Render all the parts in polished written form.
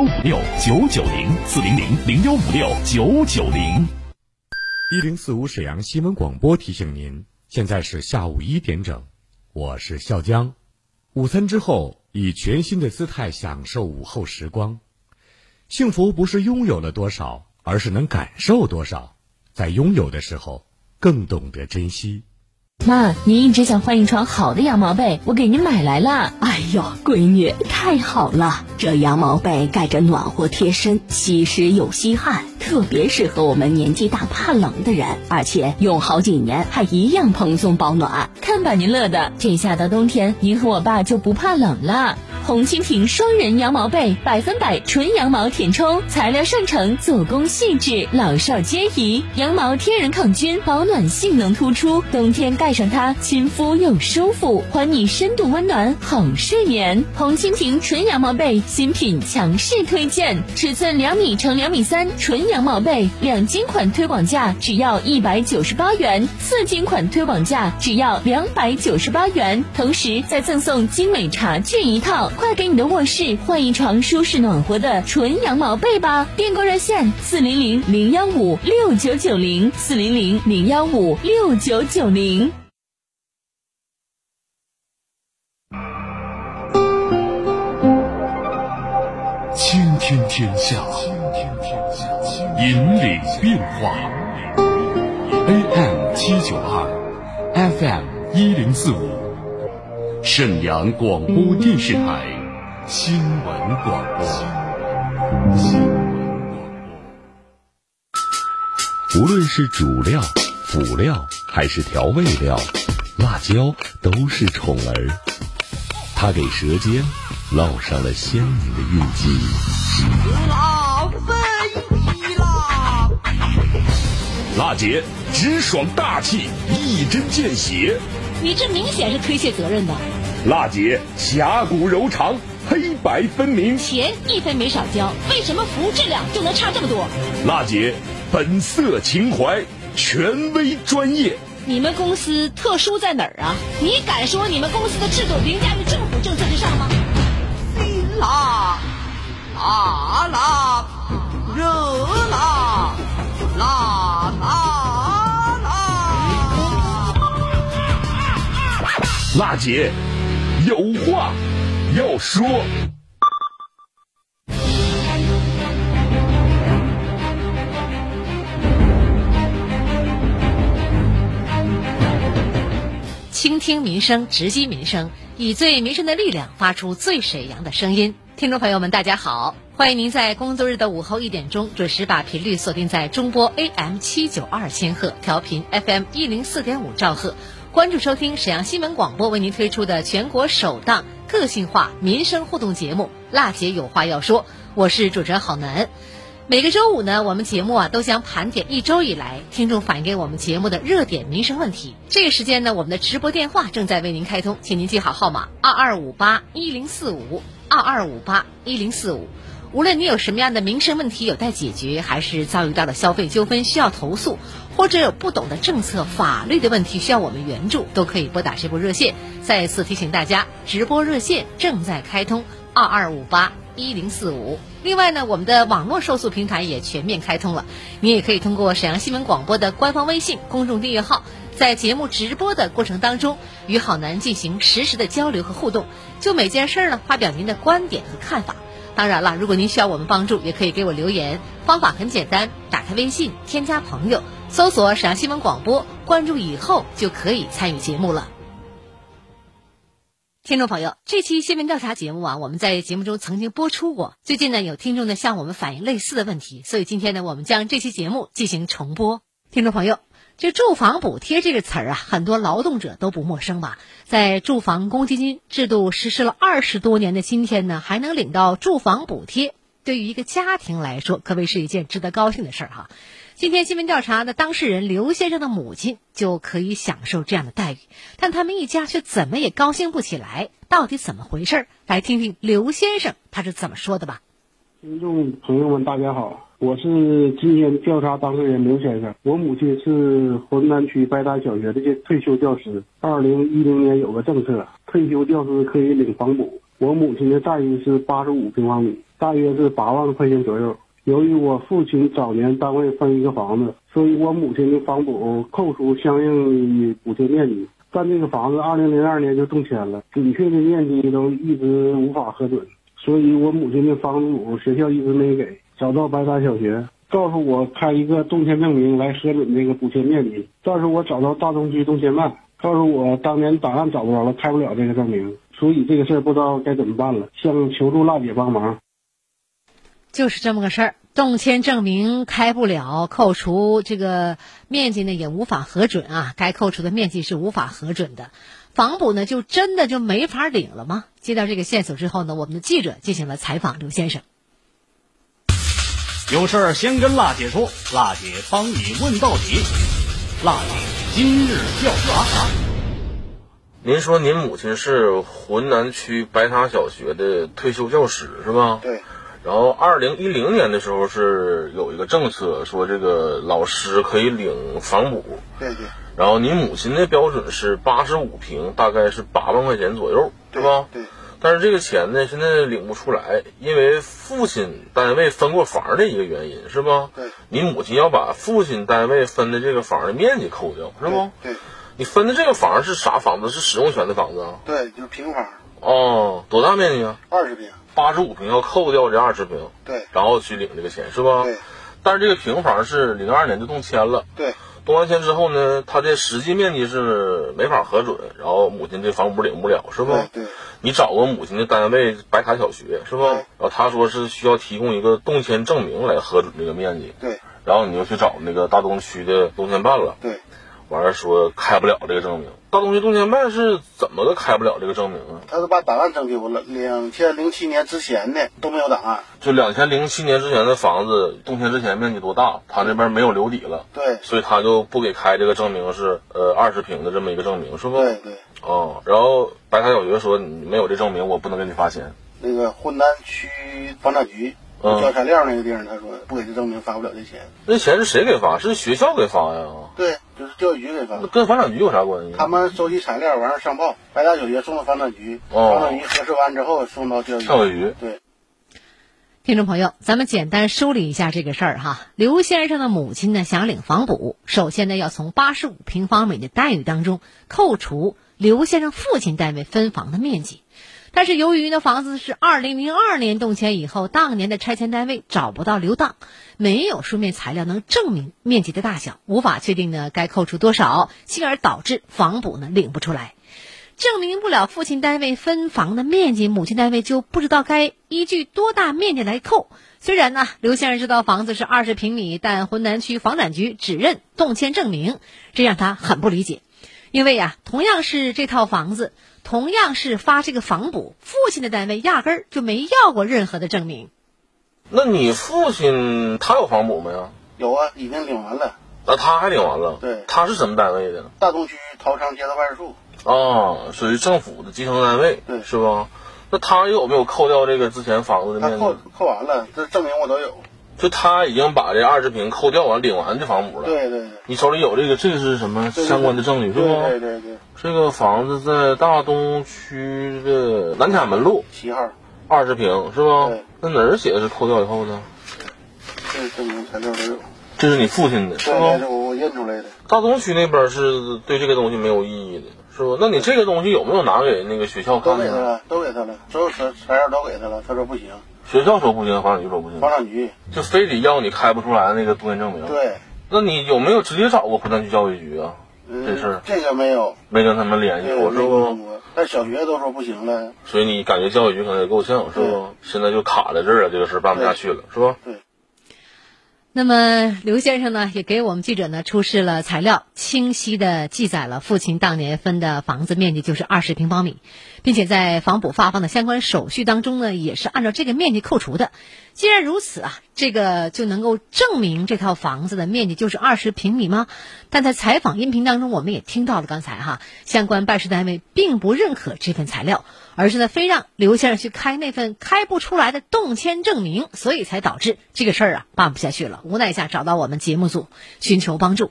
1045990，1056 沈阳新闻广播提醒您，现在是下午1点整，我是笑江。午餐之后，以全新的姿态享受午后时光。幸福不是拥有了多少，而是能感受多少。在拥有的时候，更懂得珍惜。 妈，您一直想换一床好的羊毛被，我给您买来了。 哎呦，闺女，太好了！这羊毛被盖着暖和贴身，吸湿又吸汗，特别适合我们年纪大怕冷的人，而且用好几年还一样蓬松保暖。 看把您乐的，这下到冬天，您和我爸就不怕冷了。红蜻蜓双人羊毛被，100%纯羊毛填充，材料上乘，做工细致，老少皆宜。羊毛天然抗菌，保暖性能突出，冬天盖上它，亲肤又舒服，还你深度温暖好睡眠。红蜻蜓纯羊毛被新品强势推荐，尺寸2米乘2米3纯羊毛被，2斤款推广价只要198元，4斤款推广价只要298元，同时再赠送精美茶具1套。快给你的卧室换一床舒适暖和的纯羊毛被吧！订购热线400-015-6990，400-015-6990。 倾听天下，引领变化。AM792，FM1045，沈阳广播电视台新闻广播。无论是主料、辅料还是调味料，辣椒都是宠儿，它给舌尖烙上了鲜明的印记。 浪费你啦！ 辣姐直爽大气，一针见血。 你这明显是推卸责任的。 辣姐侠骨柔肠，黑白分明， 钱1分没少交，为什么服务质量就能差这么多？ 辣姐本色情怀，权威专业。 你们公司特殊在哪儿啊？你敢说你们公司的制度凌驾于政府政策之上吗？ 辛辣、辣辣、热辣、辣辣辣！ 辣姐有话要说。 倾听民生，直击民生，以最民生的力量发出最沈阳的声音。听众朋友们，大家好，欢迎您在工作日的午后1点钟准时把频率锁定在中波 AM792千赫，调频 FM104.5兆赫，关注收听沈阳新闻广播为您推出的全国首档个性化民生互动节目《辣姐有话要说》，我是主持人郝楠。每个周五呢，我们节目都将盘点1周以来听众反映给我们节目的热点民生问题。这个时间呢，我们的直播电话正在为您开通，请您记好号码22581045，22581045。无论你有什么样的民生问题有待解决，还是遭遇到了消费纠纷需要投诉，或者有不懂的政策法律的问题需要我们援助，都可以拨打这部热线。再次提醒大家，直播热线正在开通22581045。另外呢，我们的网络受诉平台也全面开通了，你也可以通过沈阳新闻广播的官方微信公众订阅号，在节目直播的过程当中与郝楠进行实时的交流和互动，就每件事呢发表您的观点和看法。当然了，如果您需要我们帮助，也可以给我留言，方法很简单，打开微信添加朋友，搜索沈阳新闻广播，关注以后就可以参与节目了。听众朋友，这期新闻调查节目我们在节目中曾经播出过。最近呢，有听众向我们反映类似的问题，所以今天呢，我们将这期节目进行重播。听众朋友，这住房补贴这个词儿很多劳动者都不陌生吧？在住房公积金制度实施了20多年的今天呢，还能领到住房补贴，对于一个家庭来说，可谓是一件值得高兴的事儿哈。今天新闻调查的当事人刘先生的母亲就可以享受这样的待遇，但他们一家却怎么也高兴不起来，到底怎么回事？来听听刘先生他是怎么说的吧。 听众朋友们大家好，我是今天调查当事人刘先生。我母亲是浑南区白大小学的退休教师。2010年有个政策，退休教师可以领房补， 我母亲的待遇是85平方米，大约是8万块钱左右。由于我父亲早年单位分一个房子，所以我母亲的房补扣除相应补贴面积，但这个房子2002年就动迁了，准确的面积都一直无法核准，所以我母亲的房补学校一直没给。找到白塔小学，告诉我开一个动迁证明来核准这个补贴面积，但是我找到大东区动迁办，告诉我当年档案找不着了，开不了这个证明，所以这个事儿不知道该怎么办了，向求助辣姐帮忙。 就是这么个事儿，动迁证明开不了，扣除这个面积呢也无法核准啊，该扣除的面积是无法核准的，房补呢就真的就没法领了吗？接到这个线索之后呢，我们的记者进行了采访刘先生。 有事儿先跟辣姐说，辣姐帮你问到底。辣姐今日调查。 您说您母亲是浑南区白塔小学的退休教师是吧？ 对。 然后2010年的时候是有一个政策说这个老师可以领房补。 对对。 然后您母亲的标准是85平，大概是8万块钱左右，对吧？ 对。 但是这个钱呢，现在领不出来，因为父亲单位分过房的一个原因，是吧？ 对。 你母亲要把父亲单位分的这个房的面积扣掉，是不？ 对。 你分的这个房是啥房子？是使用权的房子啊？ 对，就是平房。 哦，多大面积啊 ？20平。 85平要扣掉这20平。 对。 然后去领这个钱，是吧？ 对。 但是这个平房是02年就动迁了。 对。 动完迁之后呢，它的实际面积是没法核准，然后母亲这房补领不了，是不？ 对。 你找过母亲的单位白塔小学是吧？然后他说是需要提供一个动迁证明来核准这个面积。 对。 然后你就去找那个大东区的动迁办了。 对。 完了说开不了这个证明。大东区动迁办是怎么个开不了这个证明啊？ 他是把档案整丢了，2007年之前的都没有档案。 就2007年之前的房子动迁之前面积多大，他这边没有留底了。 对。 所以他就不给开这个证明是20平的这么一个证明，是不？ 对对。 哦，然后白塔小学说你没有这证明，我不能给你发钱。 那个浑南区房产局交材料那个地方，他说不给这证明发不了这钱。 那钱是谁给发？是学校给发呀？ 对，就是教育局给发。 那跟房产局有啥关系？ 他们收集材料完事上报，白塔小学送到房产局，房产局核实完之后送到教育局。对。 听众朋友，咱们简单梳理一下这个事儿哈。刘先生的母亲呢想领房补，首先呢要从85平方米的待遇当中扣除刘先生父亲单位分房的面积。但是由于呢房子是2002年动迁以后，当年的拆迁单位找不到留档，没有书面材料能证明面积的大小，无法确定呢该扣除多少，进而导致房补呢领不出来。证明不了父亲单位分房的面积，母亲单位就不知道该依据多大面积来扣。虽然呢刘先生知道房子是20平米，但浑南区房产局只认动迁证明，这让他很不理解。因为同样是这套房子，同样是发这个房补，父亲的单位压根儿就没要过任何的证明。 那你父亲他有房补没有？ 有啊，已经领完了。 那他还领完了？ 对。 他是什么单位的？ 大东区陶昌街道办事处。 属于政府的基层单位， 对， 是吧？那他有没有扣掉这个之前房子的面积？ 他扣完了，这证明我都有。 就他已经把这20平扣掉完，领完这房补了。 对对。 你手里有这个是什么相关的证据是吧？ 对对对。 这个房子在大东区的南卡门路 7号 ，20平是吧？ 对。 那哪儿写的是扣掉以后呢？ 这证明材料都有。 这是你父亲的，是吧？对，我印出来的。 大东区那边是对这个东西没有异议的。是吧？那你这个东西有没有拿给那个学校看呢？ 都给他了，所有材料都给他了。他说不行。 学校说不行，房产局说不行。 房产局就非得要你开不出来那个动迁证明。 对。 那你有没有直接找过浑南区教育局啊？这事儿这个没有， 没跟他们联系过，是不？ 但小学都说不行了。 所以你感觉教育局可能也够呛，是不？现在就卡在这儿了，这个事儿办不下去了，是吧？ 对。 那么刘先生呢也给我们记者呢出示了材料，清晰的记载了父亲当年分的房子面积就是20平方米，并且在房补发放的相关手续当中呢也是按照这个面积扣除的。既然如此这个就能够证明这套房子的面积就是20平米吗？但在采访音频当中我们也听到了刚才相关办事单位并不认可这份材料，而是呢非让刘先生去开那份开不出来的动迁证明，所以才导致这个事儿办不下去了。无奈下找到我们节目组寻求帮助。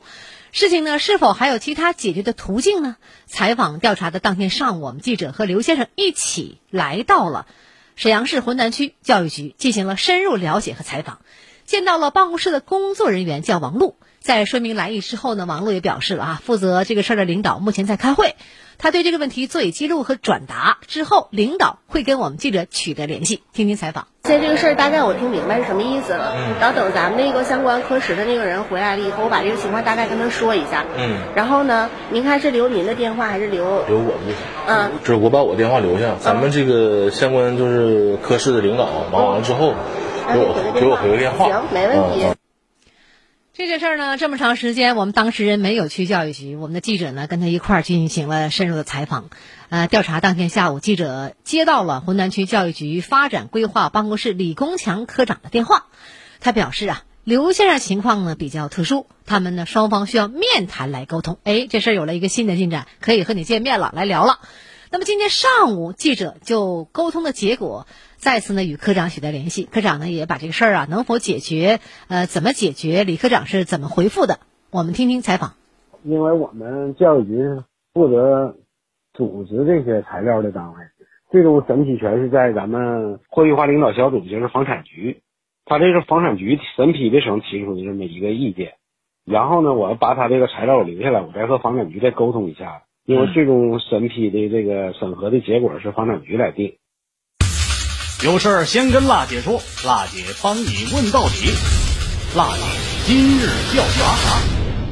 事情呢是否还有其他解决的途径呢？采访调查的当天上午，我们记者和刘先生一起来到了沈阳市浑南区教育局，进行了深入了解和采访，见到了办公室的工作人员，叫王璐。在说明来意之后呢，王璐也表示了负责这个事儿的领导目前在开会，他对这个问题做以记录和转达，之后领导会跟我们记者取得联系。听听采访。 现在这个事儿大概我听明白是什么意思了，然后等咱们那个相关科室的那个人回来了以后，我把这个情况大概跟他说一下。然后呢，您看是留您的电话还是留我的？就是我把我电话留下，咱们这个相关就是科室的领导忙完了之后，给我回个电话。 行，没问题。 这件事儿呢，这么长时间，我们当事人没有去教育局，我们的记者呢跟他一块儿进行了深入的采访。调查当天下午，记者接到了浑南区教育局发展规划办公室李功强科长的电话，他表示刘先生情况呢比较特殊，他们呢双方需要面谈来沟通。这事儿有了一个新的进展，可以和你见面了，来聊了。那么今天上午，记者就沟通的结果再次呢与科长取得联系，科长呢也把这个事儿能否解决，怎么解决，李科长是怎么回复的？我们听听采访。 因为我们教育局负责组织这些材料的单位，最终审批权是在咱们货币化领导小组，就是房产局。他这是房产局审批的时候提出的这么一个意见，然后呢，我把他这个材料留下来，我再和房产局再沟通一下。因为最终审批的这个审核的结果是房产局来定。 有事儿先跟辣姐说，辣姐帮你问到底。辣姐今日调查，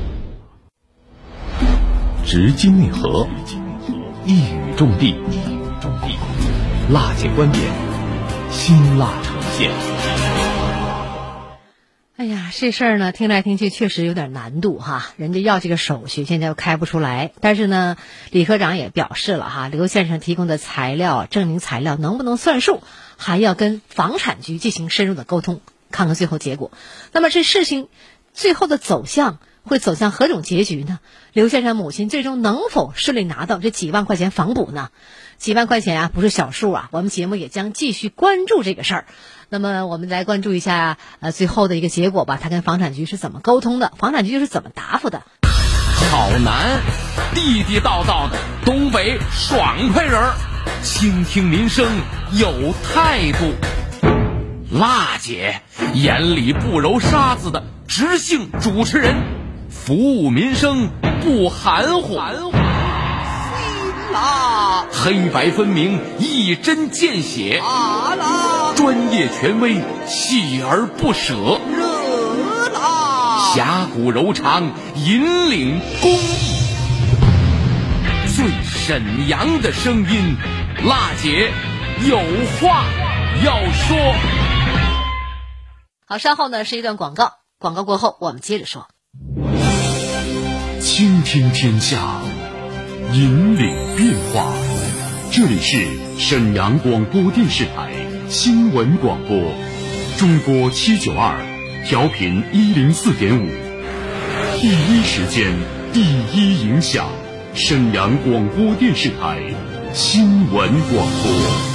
直击内核，一语中的，辣姐观点，辛辣呈现。 哎呀，这事儿呢，听来听去确实有点难度人家要这个手续，现在又开不出来。但是呢，李科长也表示了刘先生提供的材料、证明材料能不能算数，还要跟房产局进行深入的沟通，看看最后结果。那么这事情最后的走向会走向何种结局呢？刘先生母亲最终能否顺利拿到这几万块钱房补呢？几万块钱不是小数我们节目也将继续关注这个事儿。那么我们来关注一下最后的一个结果吧，他跟房产局是怎么沟通的，房产局又是怎么答复的。 好男地地道道的东北爽快人，倾听民生有态度。辣姐眼里不揉沙子的直性主持人，服务民生不含糊，黑白分明，一针见血，专业权威，锲而不舍，侠骨柔肠，引领公益，最沈阳的声音，辣姐有话要说。 好，稍后呢是一段广告，广告过后我们接着说。 倾听天下，引领变化。这里是沈阳广播电视台新闻广播，中波792，调频104.5，第一时间，第一影响。沈阳广播电视台新闻广播。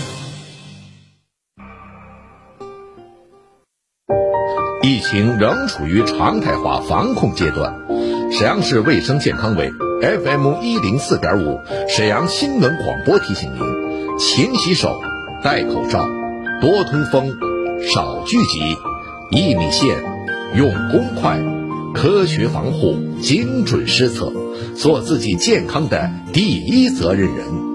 疫情仍处于常态化防控阶段，沈阳市卫生健康委 FM104.5 沈阳新闻广播提醒您：勤洗手，戴口罩，多通风，少聚集，1米线，用公筷，科学防护，精准施策，做自己健康的第一责任人。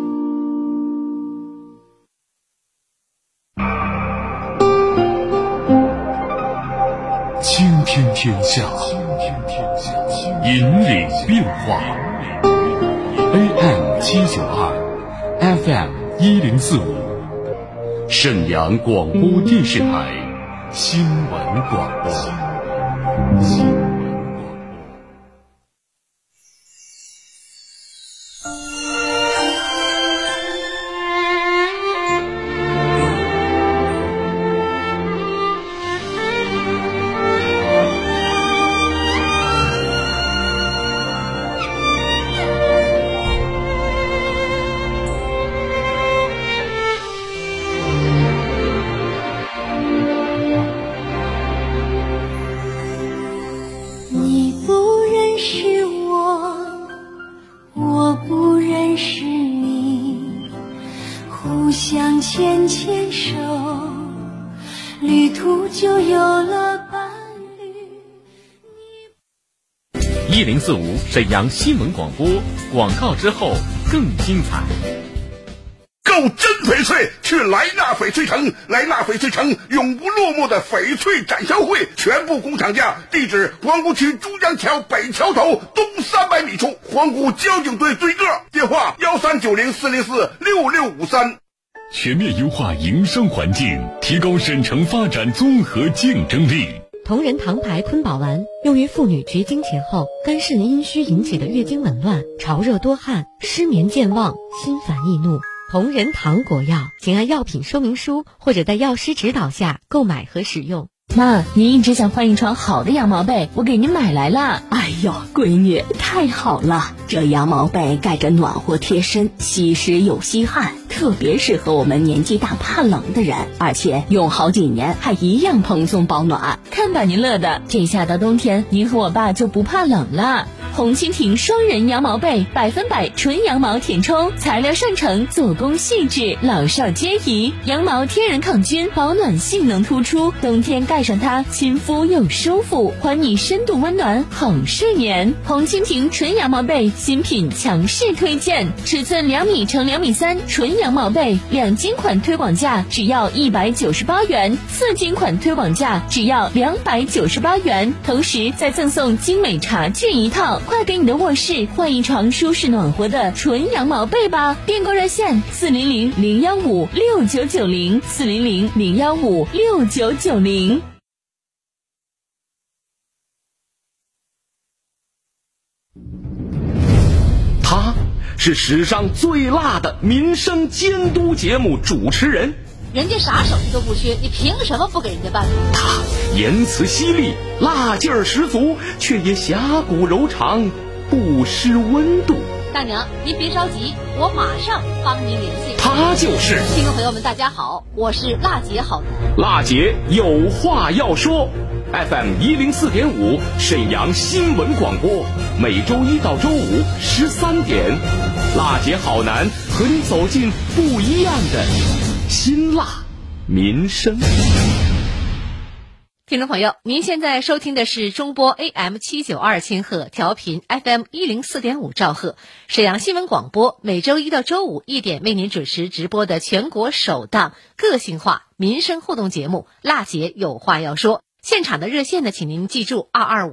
倾听天下，引领变化。AM792，FM1045，沈阳广播电视台新闻广播。 1045沈阳新闻广播，广告之后更精彩。 购真翡翠去莱纳翡翠城，莱纳翡翠城永不落幕的翡翠展销会，全部工厂价，地址皇姑区珠江桥北桥头东300米处，皇姑交警队对个，电话1390-404-6653。 全面优化营商环境，提高省城发展综合竞争力。 同仁堂牌坤宝丸用于妇女绝经前后肝肾阴虚引起的月经紊乱、潮热多汗、失眠健忘、心烦易怒。同仁堂果药，请按药品说明书或者在药师指导下购买和使用。 妈，您一直想换一床好的羊毛被，我给您买来了。 哎呦，闺女，太好了！这羊毛被盖着暖和贴身，吸湿又吸汗，特别适合我们年纪大怕冷的人，而且用好几年还一样蓬松保暖。 看把您乐的，这下到冬天，您和我爸就不怕冷了。红蜻蜓双人羊毛被，100%纯羊毛填充，材料上乘，做工细致，老少皆宜。羊毛天然抗菌，保暖性能突出，冬天盖上它，亲肤又舒服，还你深度温暖，好睡眠。红蜻蜓纯羊毛被新品强势推荐，尺寸2米乘2米3，纯羊毛被，2斤款推广价只要198元，4斤款推广价只要298元，同时再赠送精美茶具一套。快给你的卧室换一床舒适暖和的纯羊毛被吧！订购热线400-015-6990，400-015-6990。 他是史上最辣的民生监督节目主持人， 人家啥手续都不缺，你凭什么不给人家办？ 他言辞犀利，辣劲儿十足，却也侠骨柔肠，不失温度。 大娘，您别着急，我马上帮您联系。 他就是听众朋友们，大家好，我是辣姐好男。 辣姐有话要说。FM 104.5沈阳新闻广播，每周一到周五13点，辣姐好男和你走进不一样的辛辣民生。 听众朋友，您现在收听的是中波 AM792千赫，调频 FM 104.5兆赫，沈阳新闻广播，每周一到周五1点为您准时直播的全国首档个性化民生互动节目《辣姐有话要说》。现场的热线呢，请您记住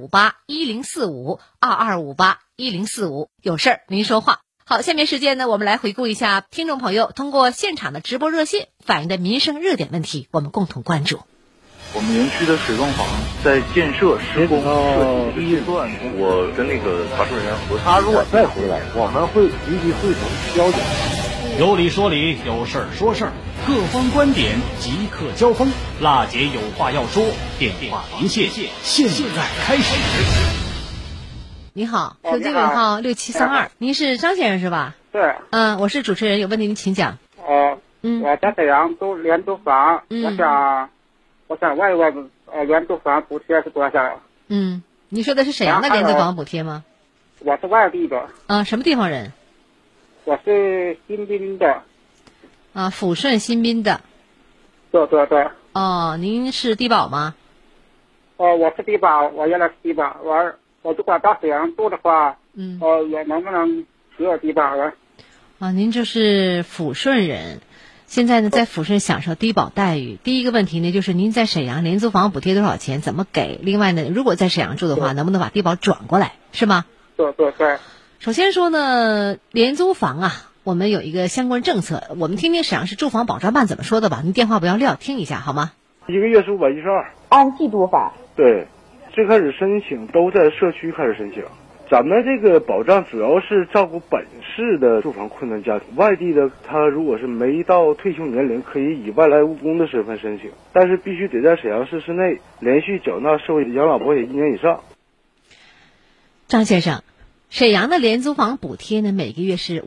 2258-1045，2258-1045，有事儿您说话。好，下面时间呢，我们来回顾一下听众朋友通过现场的直播热线反映的民生热点问题，我们共同关注。 我们园区的水泵房在建设施工设计预算，我跟那个查收人员核查，他如果再回来，我们会立即汇总交警。 有理说理，有事儿说事儿，各方观点即刻交锋。辣姐有话要说，电话连线，现在开始。 你好，手机尾号6732，您是张先生是吧？ 对。 我是主持人，有问题您请讲。 我在沈阳租廉租房，我想问一问，廉租房补贴是多少？ 你说的是沈阳的廉租房补贴吗？ 我是外地的。 什么地方人？ 我是新宾的。 抚顺新宾的。 对。 您是低保吗？ 我是低保，我原来是低保，我如果到沈阳住的话，也能不能持有低保啊？ 您就是抚顺人。现在呢，在抚顺享受低保待遇。第一个问题呢，就是您在沈阳廉租房补贴多少钱，怎么给？另外呢，如果在沈阳住的话，能不能把低保转过来，是吗？ 对。 首先说呢，廉租房啊，我们有一个相关政策，我们听听沈阳市住房保障办怎么说的吧。您电话不要撂，听一下好吗 ？1个月是512， 按季度发。 对，最开始申请都在社区开始申请。咱们这个保障主要是照顾本市的住房困难家庭，外地的他如果是没到退休年龄，可以以外来务工的身份申请，但是必须得在沈阳市市内连续缴纳社会养老保险1年以上。 张先生，沈阳的廉租房补贴呢，每个月是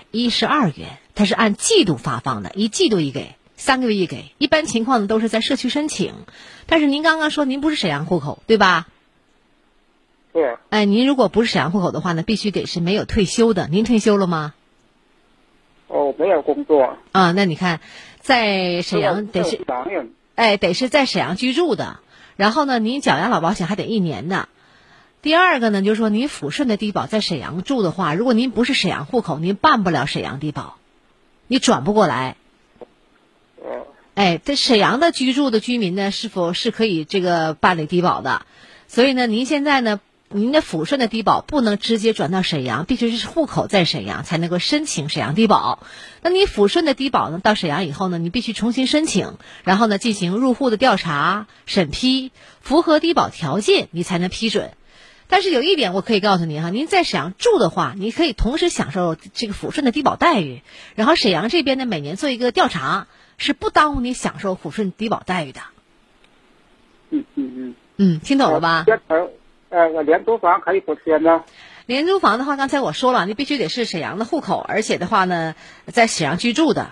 512元，它是按季度发放的，1季度一给，3个月一给，一般情况呢都是在社区申请。但是您刚刚说您不是沈阳户口，对吧？ 对。 您如果不是沈阳户口的话呢，必须得是没有退休的。您退休了吗？ 没有工作。 那你看，在沈阳得是得是在沈阳居住的。然后呢，您缴养老保险还得1年的。 第二个呢，就是说您抚顺的低保在沈阳住的话，如果您不是沈阳户口，您办不了沈阳低保，你转不过来。在沈阳的居住的居民呢，是否是可以这个办理低保的？所以呢，您现在呢，您的抚顺的低保不能直接转到沈阳，必须是户口在沈阳才能够申请沈阳低保。那你抚顺的低保呢，到沈阳以后呢，你必须重新申请，然后呢进行入户的调查、审批，符合低保条件，你才能批准。但是有一点我可以告诉您哈，您在沈阳住的话，你可以同时享受这个抚顺的低保待遇，然后沈阳这边呢每年做一个调查，是不耽误你享受抚顺低保待遇的。听懂了吧？ 我廉租房可以补贴吗？ 廉租房的话，刚才我说了，你必须得是沈阳的户口，而且的话呢，在沈阳居住的。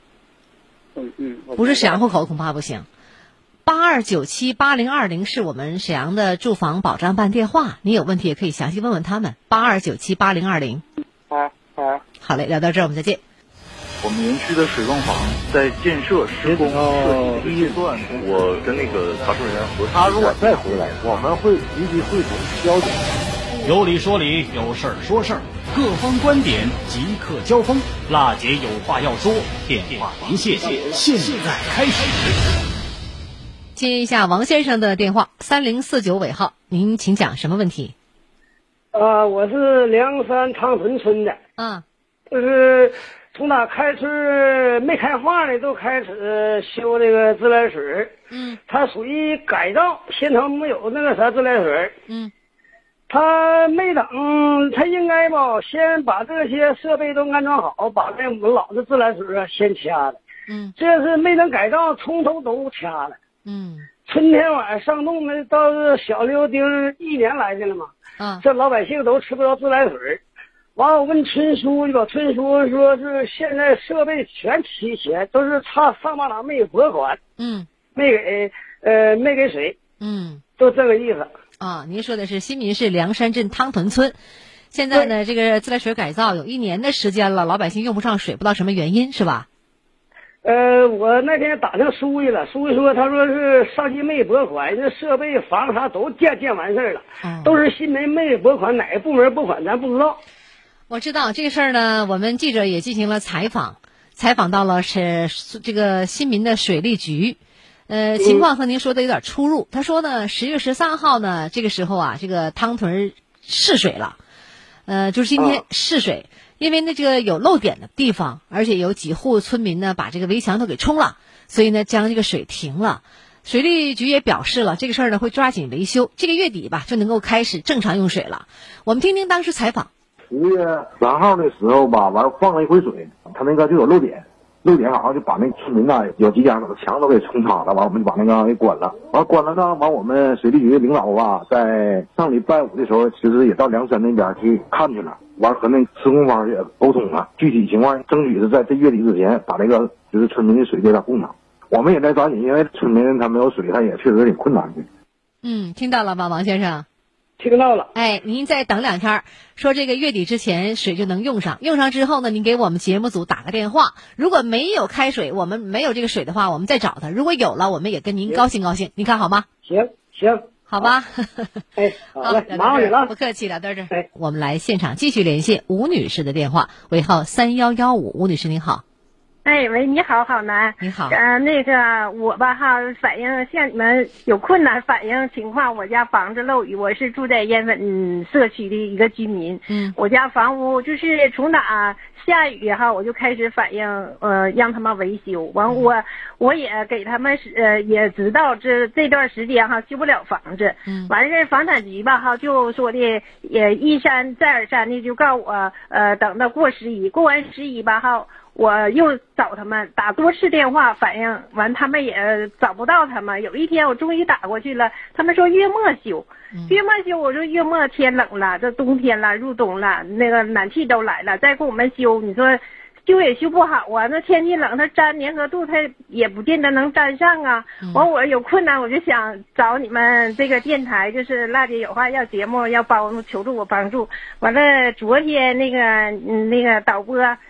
不是沈阳户口恐怕不行。82978020是我们沈阳的住房保障办电话，你有问题也可以详细问问他们。82978020。好嘞，聊到这儿我们再见。 我们园区的水泵房在建设施工设计第一段，我跟那个查收人员核实。 他如果再回来，我们会立即汇总交警。 有理说理，有事儿说事儿，各方观点即刻交锋。辣姐有话要说，电话连线，现在开始。 接一下王先生的电话，3049尾号，您请讲什么问题？ 我是梁山汤屯村的，就是从打开春没开化呢，都开始修这个自来水。它属于改造，现场没有那个啥自来水。他没等，他应该吧，先把这些设备都安装好，把那我们老的自来水先掐了。这是没能改造，从头都掐了。春天晚上上冻的，到小溜丁1年来的了嘛。这老百姓都吃不着自来水。完了，我问村书记吧，村书记说是现在设备全齐全，都是差上半拉没给拨款。没给水。都这个意思。 您说的是新民市梁山镇汤屯村，现在呢这个自来水改造有1年的时间了，老百姓用不上水，不知道什么原因是吧？ 我那天打听书记了，书记说他说是上级没拨款，那设备房啥都建完事了，都是新民没拨款，哪个部门拨款咱不知道。 我知道这个事儿呢，我们记者也进行了采访到了是这个新民的水利局。情况和您说的有点出入。他说呢，10月13号呢，这个时候这个汤屯试水了，就是今天试水，因为这个有漏点的地方，而且有几户村民呢把这个围墙都给冲了，所以呢将这个水停了。水利局也表示了这个事儿呢会抓紧维修，这个月底吧就能够开始正常用水了。我们听听当时采访。 10月3号的时候吧，完了放了一回水，他那个就有漏点好像就把那村民有几家把墙都给冲塌了，完我们就把那个给关了。关了呢，完我们水利局领导在上礼拜5的时候，其实也到梁山那边去看去了，完和那施工方也沟通了，具体情况争取是在这月底之前把这个就是村民的水给他供上。我们也在抓紧，因为村民他没有水，他也确实挺困难的。 听到了吗，王先生？ 听到了。 您再等2天，说这个月底之前水就能用上，用上之后呢，您给我们节目组打个电话，如果没有开水，我们没有这个水的话，我们再找他，如果有了，我们也跟您高兴高兴，您看好吗？ 行， 好吧。 好嘞，麻烦你了， 不客气了，到这儿。我们来现场继续连线吴女士的电话，尾号3115，吴女士您好。 喂，你好，郝楠。 你好。 那个我吧反映像你们有困难反映情况，我家房子漏雨，我是住在烟粉社区的一个居民。我家房屋就是从打下雨我就开始反映让他们维修。完我也给他们也知道这段时间修不了房子。完事房产局就说的也一山再而三的就告我等到过11，过完11我又找他们打多次电话反映，完他们也找不到他们。有一天我终于打过去了，他们说月末修。我说月末天冷了，这冬天了，入冬了，那个暖气都来了，再给我们修，你说修也修不好那天气冷，它粘粘合度它也不见得能粘上完我有困难，我就想找你们这个电台，就是辣姐有话要节目要求助我帮助。完了昨天那个导播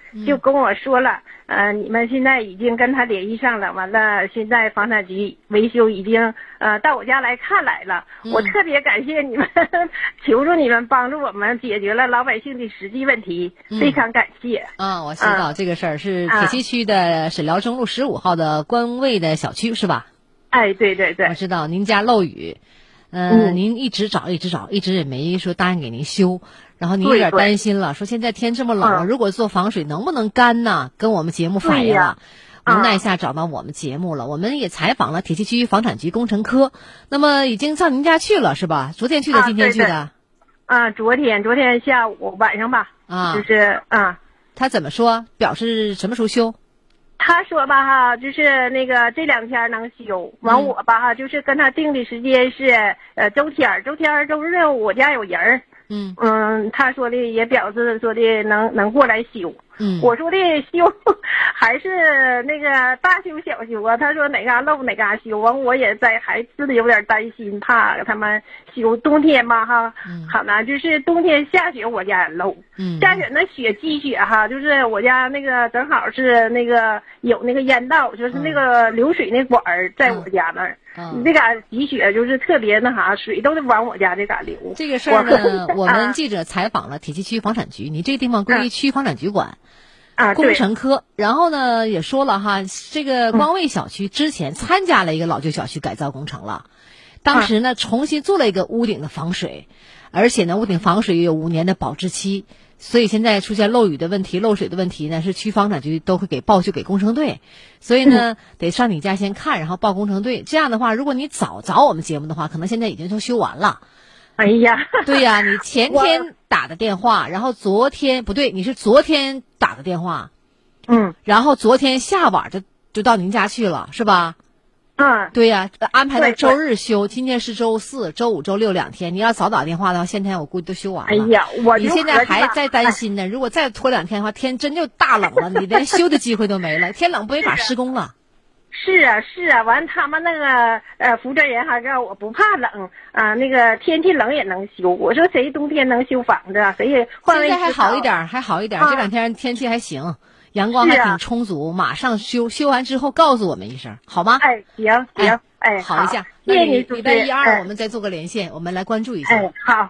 就跟我说了，你们现在已经跟他联系上了，完了现在房产局维修已经到我家来看来了。我特别感谢你们，求助你们帮助我们解决了老百姓的实际问题，非常感谢。 我知道这个事儿是铁西区的沈辽中路15号的官卫的小区是吧？ 哎，对对对， 我知道您家漏雨，您一直找，一直也没说答应给您修。然后你有点担心了，说现在天这么冷了，如果做防水能不能干呢？跟我们节目反映了，无奈下找到我们节目了。我们也采访了铁西区房产局工程科，那么已经上您家去了是吧？昨天去的，今天去的？ 昨天下午晚上吧。就是他怎么说？表示什么时候修？ 他说吧哈，就是那个这2天能修。完我吧哈，就是跟他定的时间是周天、周日我家有人儿。他说的也表示说的能过来修。我说的修还是那个大修小修啊？他说哪嘎漏哪嘎修。完我也还是的有点担心，怕他们修冬天吧哈，好难，就是冬天下雪我家也漏。下雪那雪积雪哈，就是我家那个正好是那个有那个烟道，就是那个流水那管儿在我家那儿。那嘎积雪就是特别那啥，水都得往我家这嘎流。 这个事儿呢，我们记者采访了铁西区房产局，你这个地方归区房产局管。工程科，然后呢也说了哈，这个光卫小区之前参加了一个老旧小区改造工程了，当时呢重新做了一个屋顶的防水，而且呢屋顶防水有5年的保质期，所以现在出现漏雨的问题、漏水的问题呢，是区房产局都会给报修给工程队，所以呢得上你家先看，然后报工程队。这样的话，如果你早找我们节目的话，可能现在已经都修完了。 哎呀， 对呀，你前天打的电话，然后昨天不对，你是昨天打的电话，然后昨天下晚就到您家去了，是吧？对呀，安排到周日修，今天是周4、周5、周62天。你要早打电话的话，现在我估计都修完了。 哎呀， 你现在还在担心呢？如果再拖2天的话，天真就大冷了，你连修的机会都没了，天冷没法施工了。 是啊，完他们那个负责人还告我不怕冷那个天气冷也能修。我说谁冬天能修房子啊？谁也换位思考。 现在还好一点，这2天天气还行，阳光还挺充足，马上修完之后告诉我们一声，好吗？ 哎，行， 好一下。 谢谢你， 礼拜1、2我们再做个连线，我们来关注一下。 好。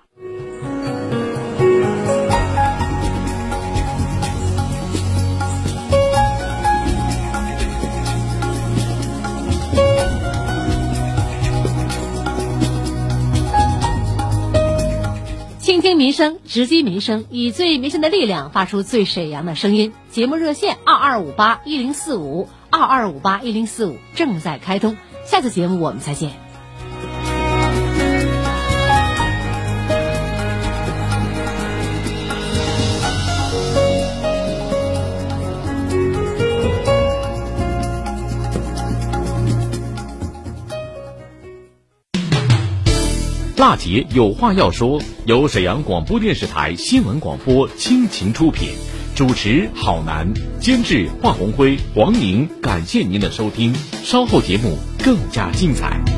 倾听民生，直击民生，以最民生的力量发出最沈阳的声音。节目热线22581045，22581045正在开通。下次节目我们再见。 娜姐有话要说，由沈阳广播电视台新闻广播倾情出品，主持郝楠，监制华红辉、黄宁。感谢您的收听，稍后节目更加精彩。